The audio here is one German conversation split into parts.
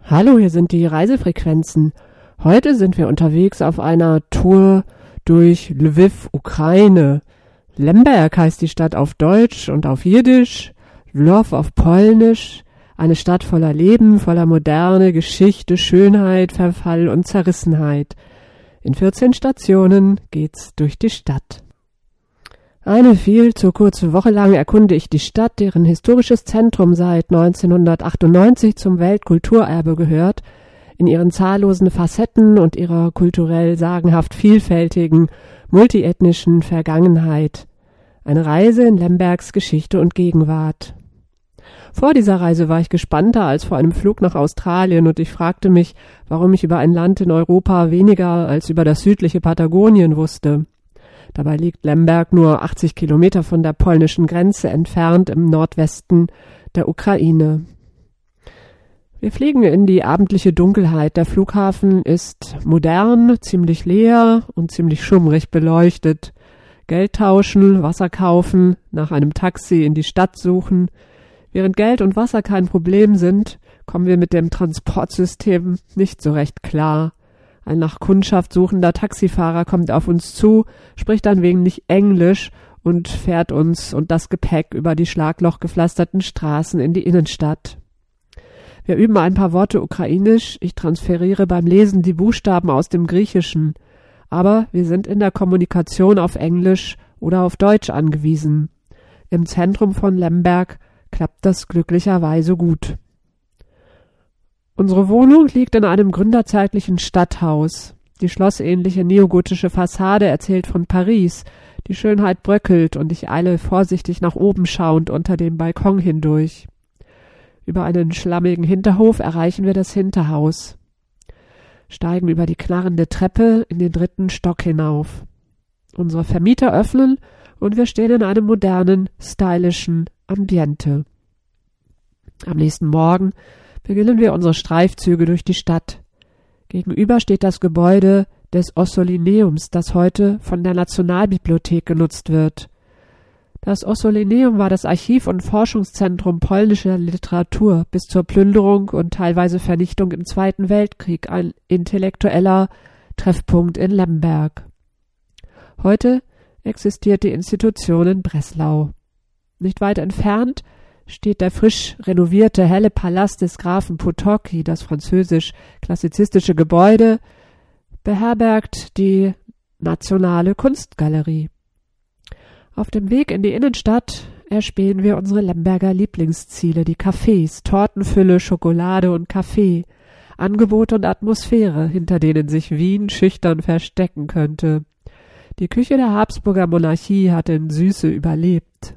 Hallo, hier sind die Reisefrequenzen. Heute sind wir unterwegs auf einer Tour durch Lwiw, Ukraine. Lemberg heißt die Stadt auf Deutsch und auf Jiddisch, Lwow auf Polnisch. Eine Stadt voller Leben, voller Moderne, Geschichte, Schönheit, Verfall und Zerrissenheit. In 14 Stationen geht's durch die Stadt. Eine viel zu kurze Woche lang erkunde ich die Stadt, deren historisches Zentrum seit 1998 zum Weltkulturerbe gehört, in ihren zahllosen Facetten und ihrer kulturell sagenhaft vielfältigen, multiethnischen Vergangenheit. Eine Reise in Lembergs Geschichte und Gegenwart. Vor dieser Reise war ich gespannter als vor einem Flug nach Australien und ich fragte mich, warum ich über ein Land in Europa weniger als über das südliche Patagonien wusste. Dabei liegt Lemberg nur 80 Kilometer von der polnischen Grenze entfernt im Nordwesten der Ukraine. Wir fliegen in die abendliche Dunkelheit. Der Flughafen ist modern, ziemlich leer und ziemlich schummrig beleuchtet. Geld tauschen, Wasser kaufen, nach einem Taxi in die Stadt suchen. Während Geld und Wasser kein Problem sind, kommen wir mit dem Transportsystem nicht so recht klar. Ein nach Kundschaft suchender Taxifahrer kommt auf uns zu, spricht ein wenig Englisch und fährt uns und das Gepäck über die schlaglochgepflasterten Straßen in die Innenstadt. Wir üben ein paar Worte Ukrainisch, ich transferiere beim Lesen die Buchstaben aus dem Griechischen, aber wir sind in der Kommunikation auf Englisch oder auf Deutsch angewiesen. Im Zentrum von Lemberg klappt das glücklicherweise gut. Unsere Wohnung liegt in einem gründerzeitlichen Stadthaus. Die schlossähnliche neogotische Fassade erzählt von Paris. Die Schönheit bröckelt und ich eile vorsichtig nach oben schauend unter dem Balkon hindurch. Über einen schlammigen Hinterhof erreichen wir das Hinterhaus, steigen über die knarrende Treppe in den 3. Stock hinauf. Unsere Vermieter öffnen und wir stehen in einem modernen, stylischen Ambiente. Am nächsten Morgen beginnen wir unsere Streifzüge durch die Stadt. Gegenüber steht das Gebäude des Ossolineums, das heute von der Nationalbibliothek genutzt wird. Das Ossolineum war das Archiv- und Forschungszentrum polnischer Literatur bis zur Plünderung und teilweise Vernichtung im Zweiten Weltkrieg, ein intellektueller Treffpunkt in Lemberg. Heute existiert die Institution in Breslau. Nicht weit entfernt steht der frisch renovierte helle Palast des Grafen Potocki. Das französisch-klassizistische Gebäude beherbergt die Nationale Kunstgalerie. Auf dem Weg in die Innenstadt erspähen wir unsere Lemberger Lieblingsziele, die Cafés, Tortenfülle, Schokolade und Kaffee, Angebot und Atmosphäre, hinter denen sich Wien schüchtern verstecken könnte. Die Küche der Habsburger Monarchie hat in Süße überlebt.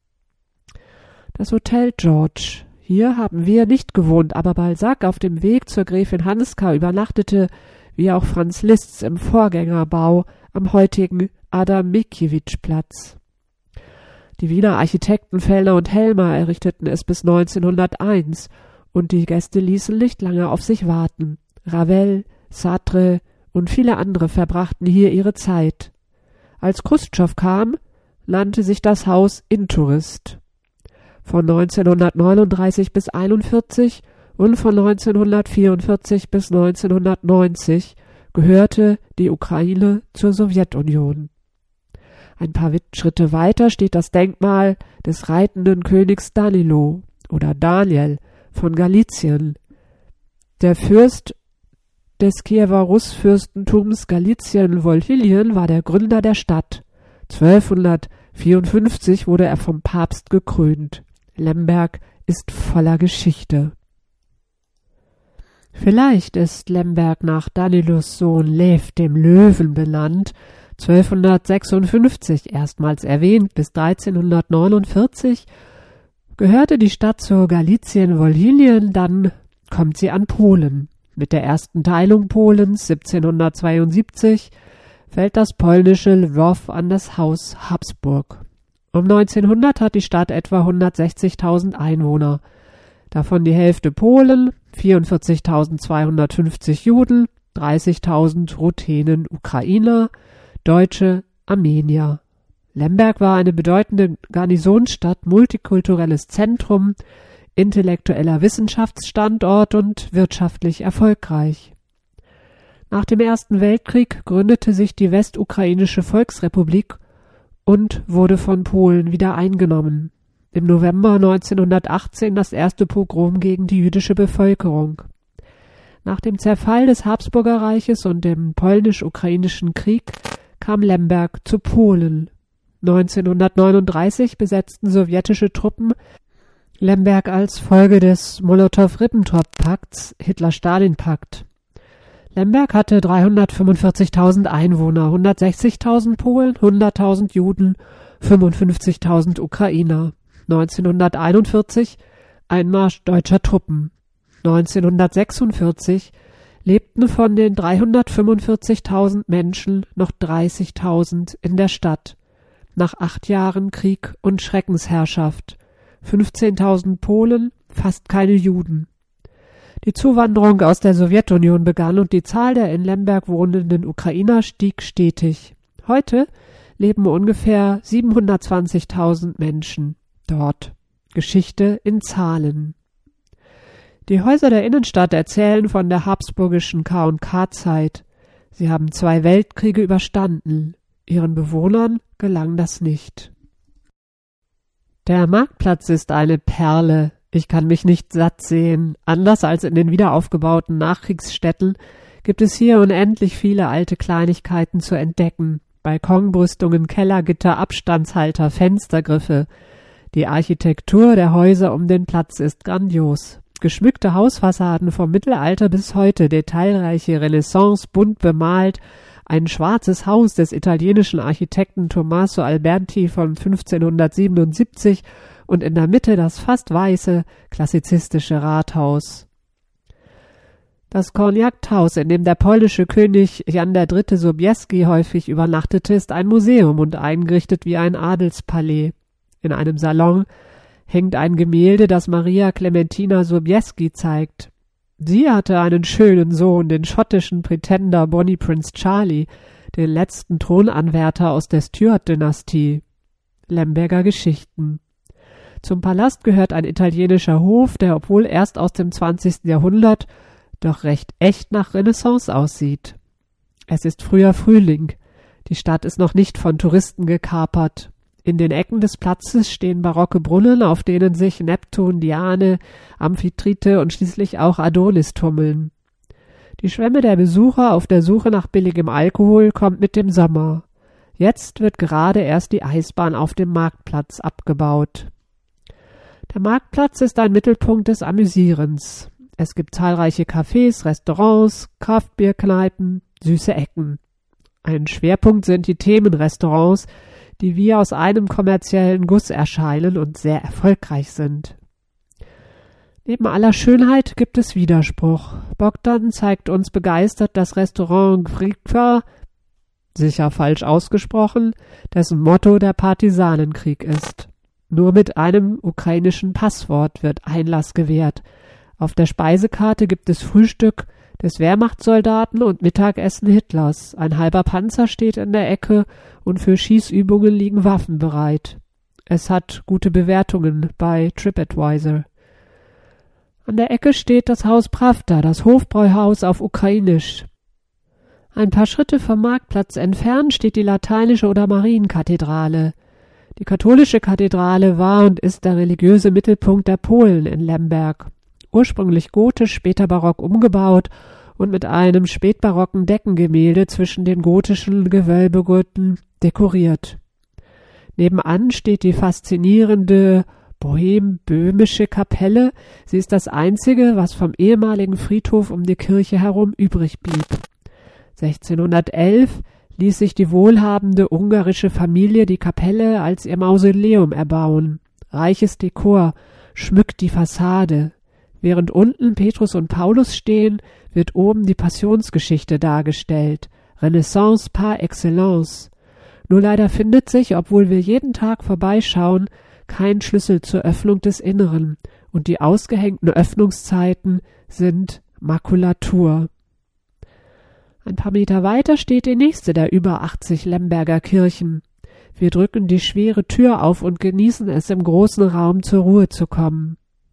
Das Hotel George. Hier haben wir nicht gewohnt, aber Balzac auf dem Weg zur Gräfin Hanska übernachtete, wie auch Franz Liszt im Vorgängerbau am heutigen Adam-Mickiewicz-Platz. Die Wiener Architekten Fellner und Helmer errichteten es bis 1901 und die Gäste ließen nicht lange auf sich warten. Ravel, Sartre und viele andere verbrachten hier ihre Zeit. Als Chruschtschov kam, nannte sich das Haus Intourist. Von 1939 bis 1941 und von 1944 bis 1990 gehörte die Ukraine zur Sowjetunion. Ein paar Schritte weiter steht das Denkmal des reitenden Königs Danilo oder Daniel von Galizien. Der Fürst des Kiewer Russfürstentums Galizien-Wolhylien war der Gründer der Stadt. 1254 wurde er vom Papst gekrönt. Lemberg ist voller Geschichte. Vielleicht ist Lemberg nach Danilos Sohn Lev dem Löwen benannt, 1256 erstmals erwähnt, bis 1349 gehörte die Stadt zur Galizien-Wolhylien, dann kommt sie an Polen. Mit der ersten Teilung Polens 1772 fällt das polnische Lwow an das Haus Habsburg. Um 1900 hat die Stadt etwa 160.000 Einwohner, davon die Hälfte Polen, 44.250 Juden, 30.000 Ruthenen Ukrainer, Deutsche, Armenier. Lemberg war eine bedeutende Garnisonsstadt, multikulturelles Zentrum, intellektueller Wissenschaftsstandort und wirtschaftlich erfolgreich. Nach dem Ersten Weltkrieg gründete sich die Westukrainische Volksrepublik und wurde von Polen wieder eingenommen. Im November 1918 das erste Pogrom gegen die jüdische Bevölkerung. Nach dem Zerfall des Habsburgerreiches und dem polnisch-ukrainischen Krieg kam Lemberg zu Polen. 1939 besetzten sowjetische Truppen Lemberg als Folge des Molotow-Ribbentrop-Pakts, Hitler-Stalin-Pakt. Lemberg hatte 345.000 Einwohner, 160.000 Polen, 100.000 Juden, 55.000 Ukrainer. 1941 Einmarsch deutscher Truppen. 1946 lebten von den 345.000 Menschen noch 30.000 in der Stadt. Nach 8 Jahren Krieg und Schreckensherrschaft. 15.000 Polen, fast keine Juden. Die Zuwanderung aus der Sowjetunion begann und die Zahl der in Lemberg wohnenden Ukrainer stieg stetig. Heute leben ungefähr 720.000 Menschen dort. Geschichte in Zahlen. Die Häuser der Innenstadt erzählen von der habsburgischen K&K-Zeit. Sie haben 2 Weltkriege überstanden. Ihren Bewohnern gelang das nicht. Der Marktplatz ist eine Perle. Ich kann mich nicht satt sehen. Anders als in den wiederaufgebauten Nachkriegsstädten gibt es hier unendlich viele alte Kleinigkeiten zu entdecken. Balkonbrüstungen, Kellergitter, Abstandshalter, Fenstergriffe. Die Architektur der Häuser um den Platz ist grandios. Geschmückte Hausfassaden vom Mittelalter bis heute, detailreiche Renaissance, bunt bemalt, ein schwarzes Haus des italienischen Architekten Tommaso Alberti von 1577 und in der Mitte das fast weiße, klassizistische Rathaus. Das Korniakthaus, in dem der polnische König Jan III. Sobieski häufig übernachtete, ist ein Museum und eingerichtet wie ein Adelspalais. In einem Salon hängt ein Gemälde, das Maria Clementina Sobieski zeigt. Sie hatte einen schönen Sohn, den schottischen Pretender Bonnie Prince Charlie, den letzten Thronanwärter aus der Stuart-Dynastie. Lemberger Geschichten. Zum Palast gehört ein italienischer Hof, der, obwohl erst aus dem 20. Jahrhundert, doch recht echt nach Renaissance aussieht. Es ist früher Frühling. Die Stadt ist noch nicht von Touristen gekapert. In den Ecken des Platzes stehen barocke Brunnen, auf denen sich Neptun, Diane, Amphitrite und schließlich auch Adonis tummeln. Die Schwemme der Besucher auf der Suche nach billigem Alkohol kommt mit dem Sommer. Jetzt wird gerade erst die Eisbahn auf dem Marktplatz abgebaut. Der Marktplatz ist ein Mittelpunkt des Amüsierens. Es gibt zahlreiche Cafés, Restaurants, Kraftbierkneipen, süße Ecken. Ein Schwerpunkt sind die Themenrestaurants, die wie aus einem kommerziellen Guss erscheinen und sehr erfolgreich sind. Neben aller Schönheit gibt es Widerspruch. Bogdan zeigt uns begeistert das Restaurant Grikwa, sicher falsch ausgesprochen, dessen Motto der Partisanenkrieg ist. Nur mit einem ukrainischen Passwort wird Einlass gewährt. Auf der Speisekarte gibt es Frühstück des Wehrmachtssoldaten und Mittagessen Hitlers. Ein halber Panzer steht in der Ecke und für Schießübungen liegen Waffen bereit. Es hat gute Bewertungen bei TripAdvisor. An der Ecke steht das Haus Pravda, das Hofbräuhaus auf Ukrainisch. Ein paar Schritte vom Marktplatz entfernt steht die lateinische oder Marienkathedrale. Die katholische Kathedrale war und ist der religiöse Mittelpunkt der Polen in Lemberg. Ursprünglich gotisch, später barock umgebaut und mit einem spätbarocken Deckengemälde zwischen den gotischen Gewölbegurten dekoriert. Nebenan steht die faszinierende bohem-böhmische Kapelle. Sie ist das einzige, was vom ehemaligen Friedhof um die Kirche herum übrig blieb. 1611 ließ sich die wohlhabende ungarische Familie die Kapelle als ihr Mausoleum erbauen. Reiches Dekor schmückt die Fassade. Während unten Petrus und Paulus stehen, wird oben die Passionsgeschichte dargestellt. Renaissance par excellence. Nur leider findet sich, obwohl wir jeden Tag vorbeischauen, kein Schlüssel zur Öffnung des Inneren und die ausgehängten Öffnungszeiten sind Makulatur. Ein paar Meter weiter steht die nächste der über 80 Lemberger Kirchen. Wir drücken die schwere Tür auf und genießen es, im großen Raum zur Ruhe zu kommen.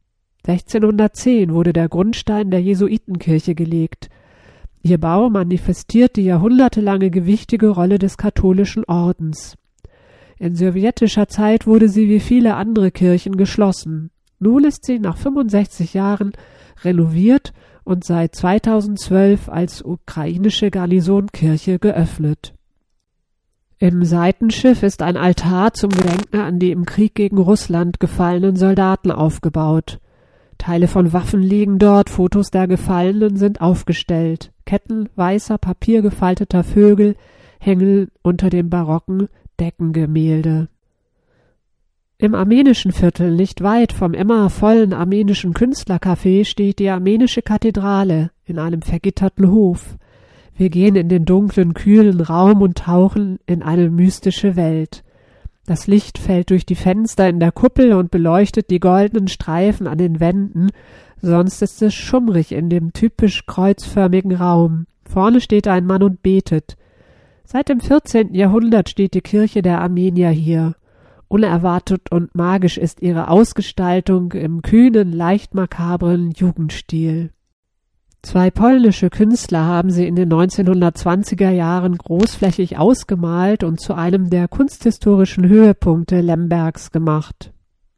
1610 wurde der Grundstein der Jesuitenkirche gelegt. Ihr Bau manifestiert die jahrhundertelange gewichtige Rolle des katholischen Ordens. In sowjetischer Zeit wurde sie wie viele andere Kirchen geschlossen. Nun ist sie nach 65 Jahren renoviert und seit 2012 als ukrainische Garnisonkirche geöffnet. Im Seitenschiff ist ein Altar zum Gedenken an die im Krieg gegen Russland gefallenen Soldaten aufgebaut. Teile von Waffen liegen dort, Fotos der Gefallenen sind aufgestellt. Ketten weißer, papiergefalteter Vögel hängen unter dem barocken Deckengemälde. Im armenischen Viertel, nicht weit vom immer vollen armenischen Künstlercafé, steht die armenische Kathedrale in einem vergitterten Hof. Wir gehen in den dunklen, kühlen Raum und tauchen in eine mystische Welt. Das Licht fällt durch die Fenster in der Kuppel und beleuchtet die goldenen Streifen an den Wänden, sonst ist es schummrig in dem typisch kreuzförmigen Raum. Vorne steht ein Mann und betet. Seit dem 14. Jahrhundert steht die Kirche der Armenier hier. Unerwartet und magisch ist ihre Ausgestaltung im kühnen, leicht makabren Jugendstil. Zwei polnische Künstler haben sie in den 1920er Jahren großflächig ausgemalt und zu einem der kunsthistorischen Höhepunkte Lembergs gemacht.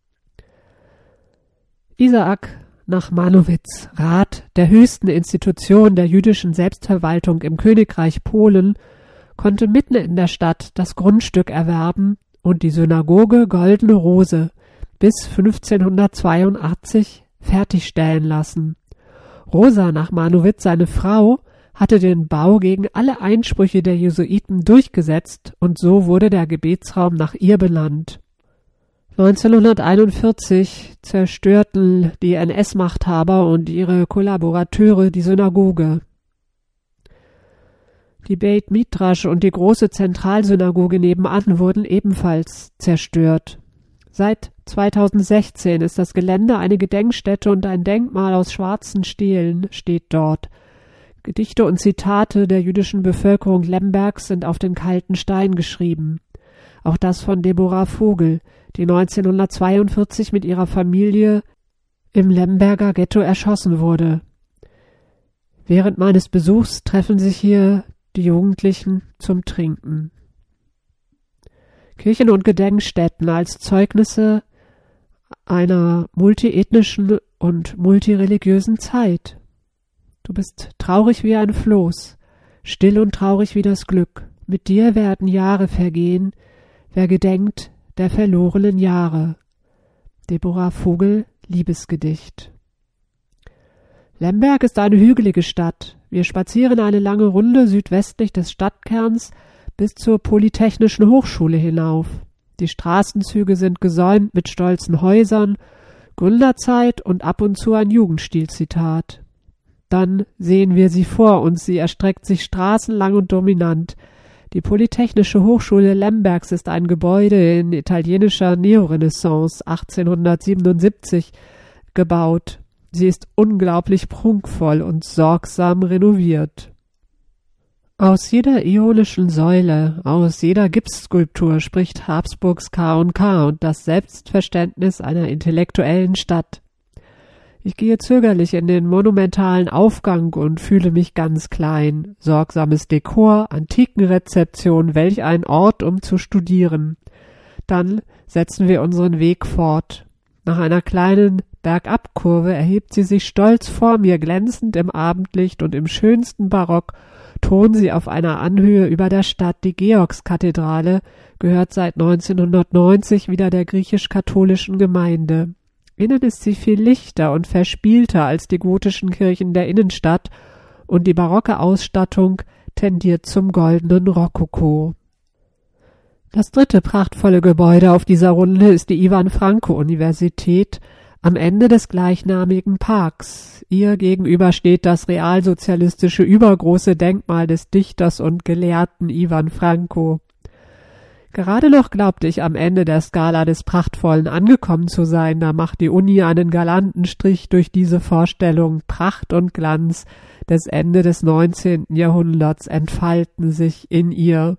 Isaac Nachmanowitz, Rat der höchsten Institution der jüdischen Selbstverwaltung im Königreich Polen, konnte mitten in der Stadt das Grundstück erwerben und die Synagoge Goldene Rose bis 1582 fertigstellen lassen. Rosa Nachmanowitz, seine Frau, hatte den Bau gegen alle Einsprüche der Jesuiten durchgesetzt und so wurde der Gebetsraum nach ihr benannt. 1941 zerstörten die NS-Machthaber und ihre Kollaborateure die Synagoge. Die Beit Midrash und die große Zentralsynagoge nebenan wurden ebenfalls zerstört. Seit 2016 ist das Gelände eine Gedenkstätte und ein Denkmal aus schwarzen Stelen steht dort. Gedichte und Zitate der jüdischen Bevölkerung Lembergs sind auf den kalten Stein geschrieben. Auch das von Deborah Vogel, die 1942 mit ihrer Familie im Lemberger Ghetto erschossen wurde. Während meines Besuchs treffen sich hier die Jugendlichen zum Trinken. Kirchen und Gedenkstätten als Zeugnisse einer multiethnischen und multireligiösen Zeit. Du bist traurig wie ein Floß, still und traurig wie das Glück. Mit dir werden Jahre vergehen, wer gedenkt der verlorenen Jahre. Deborah Vogel, Liebesgedicht. Lemberg ist eine hügelige Stadt. Wir spazieren eine lange Runde südwestlich des Stadtkerns bis zur Polytechnischen Hochschule hinauf. Die Straßenzüge sind gesäumt mit stolzen Häusern, Gründerzeit und ab und zu ein Jugendstilzitat. Dann sehen wir sie vor uns, sie erstreckt sich straßenlang und dominant. Die Polytechnische Hochschule Lembergs ist ein Gebäude in italienischer Neorenaissance 1877 gebaut. Sie ist unglaublich prunkvoll und sorgsam renoviert. Aus jeder ionischen Säule, aus jeder Gipsskulptur spricht Habsburgs K&K und das Selbstverständnis einer intellektuellen Stadt. Ich gehe zögerlich in den monumentalen Aufgang und fühle mich ganz klein. Sorgsames Dekor, Antikenrezeption, welch ein Ort, um zu studieren. Dann setzen wir unseren Weg fort. Nach einer kleinen Bergabkurve erhebt sie sich stolz vor mir, glänzend im Abendlicht und im schönsten Barock thront sie auf einer Anhöhe über der Stadt. Die Georgskathedrale gehört seit 1990 wieder der griechisch-katholischen Gemeinde. Innen ist sie viel lichter und verspielter als die gotischen Kirchen der Innenstadt und die barocke Ausstattung tendiert zum goldenen Rokoko. Das dritte prachtvolle Gebäude auf dieser Runde ist die Ivan-Franko-Universität am Ende des gleichnamigen Parks. Ihr gegenüber steht das realsozialistische übergroße Denkmal des Dichters und Gelehrten Ivan Franko. Gerade noch glaubte ich am Ende der Skala des Prachtvollen angekommen zu sein, da macht die Uni einen galanten Strich durch diese Vorstellung. Pracht und Glanz des Ende des 19. Jahrhunderts entfalten sich in ihr.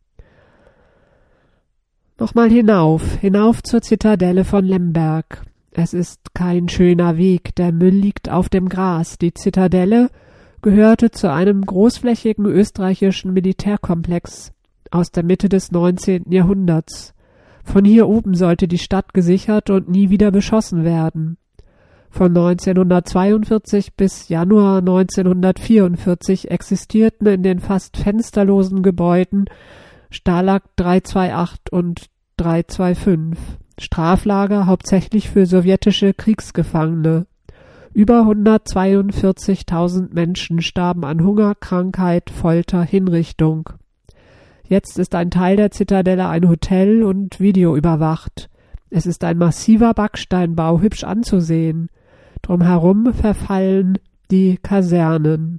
Nochmal hinauf zur Zitadelle von Lemberg. Es ist kein schöner Weg, der Müll liegt auf dem Gras. Die Zitadelle gehörte zu einem großflächigen österreichischen Militärkomplex aus der Mitte des 19. Jahrhunderts. Von hier oben sollte die Stadt gesichert und nie wieder beschossen werden. Von 1942 bis Januar 1944 existierten in den fast fensterlosen Gebäuden Stalag 328 und 325, Straflager hauptsächlich für sowjetische Kriegsgefangene. Über 142.000 Menschen starben an Hunger, Krankheit, Folter, Hinrichtung. Jetzt ist ein Teil der Zitadelle ein Hotel und videoüberwacht. Es ist ein massiver Backsteinbau, hübsch anzusehen. Drumherum verfallen die Kasernen.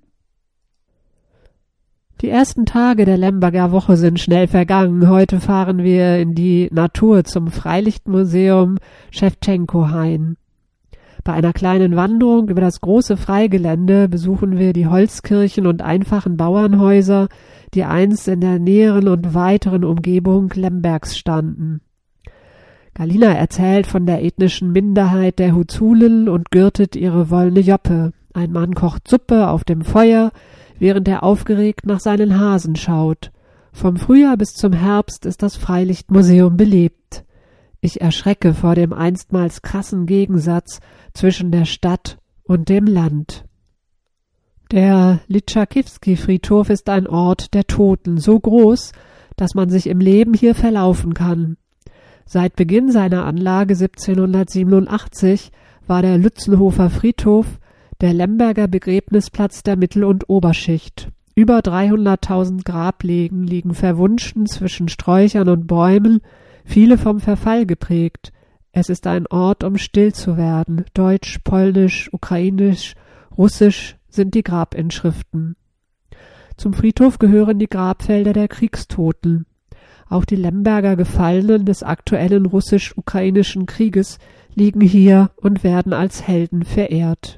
Die ersten Tage der Lemberger Woche sind schnell vergangen. Heute fahren wir in die Natur zum Freilichtmuseum Schewtschenko-Hain. Bei einer kleinen Wanderung über das große Freigelände besuchen wir die Holzkirchen und einfachen Bauernhäuser, die einst in der näheren und weiteren Umgebung Lembergs standen. Galina erzählt von der ethnischen Minderheit der Huzulen und gürtet ihre wollene Joppe. Ein Mann kocht Suppe auf dem Feuer, während er aufgeregt nach seinen Hasen schaut. Vom Frühjahr bis zum Herbst ist das Freilichtmuseum belebt. Ich erschrecke vor dem einstmals krassen Gegensatz zwischen der Stadt und dem Land. Der Litschakivski-Friedhof ist ein Ort der Toten, so groß, dass man sich im Leben hier verlaufen kann. Seit Beginn seiner Anlage 1787 war der Lützenhofer Friedhof der Lemberger Begräbnisplatz der Mittel- und Oberschicht. Über 300.000 Grablegen liegen verwunschen zwischen Sträuchern und Bäumen, viele vom Verfall geprägt. Es ist ein Ort, um still zu werden. Deutsch, Polnisch, Ukrainisch, Russisch sind die Grabinschriften. Zum Friedhof gehören die Grabfelder der Kriegstoten. Auch die Lemberger Gefallenen des aktuellen russisch-ukrainischen Krieges liegen hier und werden als Helden verehrt.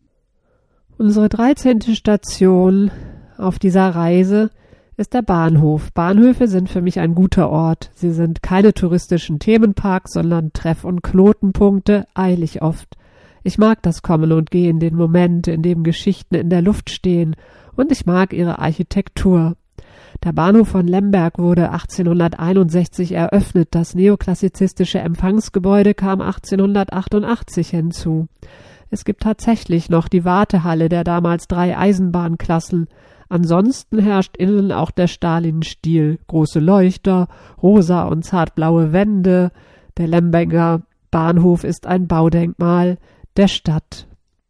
Unsere 13. Station auf dieser Reise ist der Bahnhof. Bahnhöfe sind für mich ein guter Ort. Sie sind keine touristischen Themenparks, sondern Treff- und Knotenpunkte, eilig oft. Ich mag das Kommen und Gehen, den Moment, in dem Geschichten in der Luft stehen, und ich mag ihre Architektur. Der Bahnhof von Lemberg wurde 1861 eröffnet, das neoklassizistische Empfangsgebäude kam 1888 hinzu. Es gibt tatsächlich noch die Wartehalle der damals 3 Eisenbahnklassen. Ansonsten herrscht innen auch der Stalin-Stil. Große Leuchter, rosa und zartblaue Wände. Der Lemberger Bahnhof ist ein Baudenkmal der Stadt.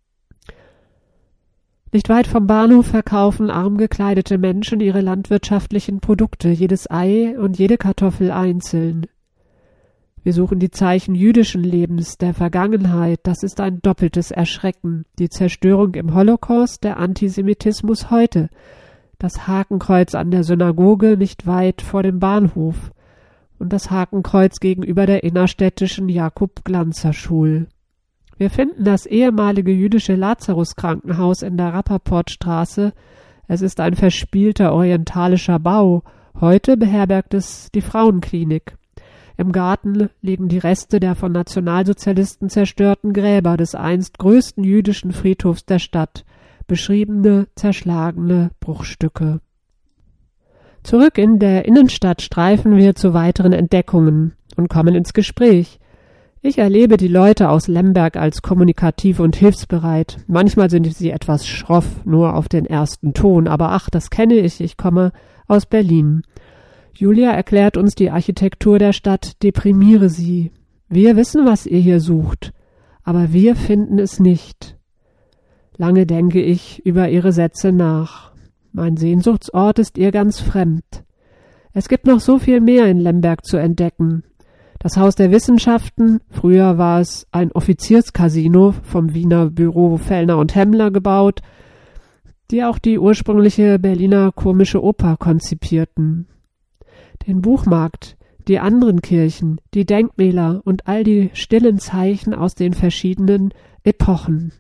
Nicht weit vom Bahnhof verkaufen arm gekleidete Menschen ihre landwirtschaftlichen Produkte, jedes Ei und jede Kartoffel einzeln. Wir suchen die Zeichen jüdischen Lebens, der Vergangenheit. Das ist ein doppeltes Erschrecken. Die Zerstörung im Holocaust, der Antisemitismus heute. Das Hakenkreuz an der Synagoge nicht weit vor dem Bahnhof. Und das Hakenkreuz gegenüber der innerstädtischen Jakob-Glanzer-Schule. Wir finden das ehemalige jüdische Lazarus-Krankenhaus in der Rappaportstraße. Es ist ein verspielter orientalischer Bau. Heute beherbergt es die Frauenklinik. Im Garten liegen die Reste der von Nationalsozialisten zerstörten Gräber des einst größten jüdischen Friedhofs der Stadt. Beschriebene, zerschlagene Bruchstücke. Zurück in der Innenstadt streifen wir zu weiteren Entdeckungen und kommen ins Gespräch. Ich erlebe die Leute aus Lemberg als kommunikativ und hilfsbereit. Manchmal sind sie etwas schroff, nur auf den ersten Ton, aber ach, das kenne ich komme aus Berlin. Julia erklärt uns die Architektur der Stadt, deprimiere sie. Wir wissen, was ihr hier sucht, aber wir finden es nicht. Lange denke ich über ihre Sätze nach. Mein Sehnsuchtsort ist ihr ganz fremd. Es gibt noch so viel mehr in Lemberg zu entdecken. Das Haus der Wissenschaften, früher war es ein Offizierscasino vom Wiener Büro Fellner und Hemmler gebaut, die auch die ursprüngliche Berliner Komische Oper konzipierten. Den Buchmarkt, die anderen Kirchen, die Denkmäler und all die stillen Zeichen aus den verschiedenen Epochen.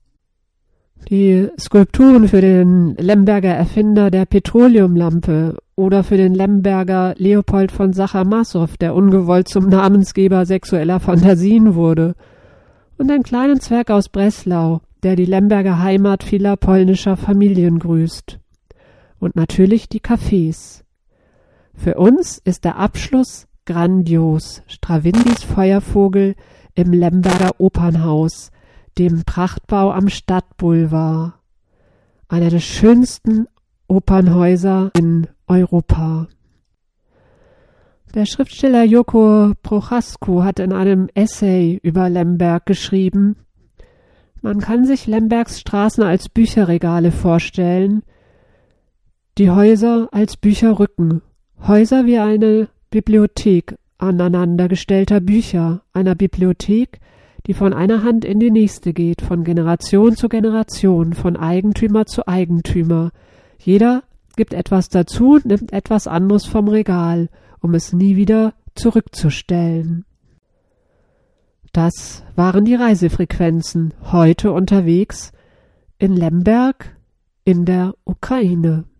Die Skulpturen für den Lemberger Erfinder der Petroleumlampe oder für den Lemberger Leopold von Sacher-Masow, der ungewollt zum Namensgeber sexueller Fantasien wurde, und den kleinen Zwerg aus Breslau, der die Lemberger Heimat vieler polnischer Familien grüßt. Und natürlich die Cafés. Für uns ist der Abschluss grandios. Strawindis Feuervogel im Lemberger Opernhaus, dem Prachtbau am Stadtboulevard. Einer der schönsten Opernhäuser in Europa. Der Schriftsteller Joko Prochasku hat in einem Essay über Lemberg geschrieben: Man kann sich Lembergs Straßen als Bücherregale vorstellen, die Häuser als Bücherrücken, Häuser wie eine Bibliothek aneinandergestellter Bücher, einer Bibliothek, die von einer Hand in die nächste geht, von Generation zu Generation, von Eigentümer zu Eigentümer. Jeder gibt etwas dazu, nimmt etwas anderes vom Regal, um es nie wieder zurückzustellen. Das waren die Reisefrequenzen, heute unterwegs in Lemberg in der Ukraine.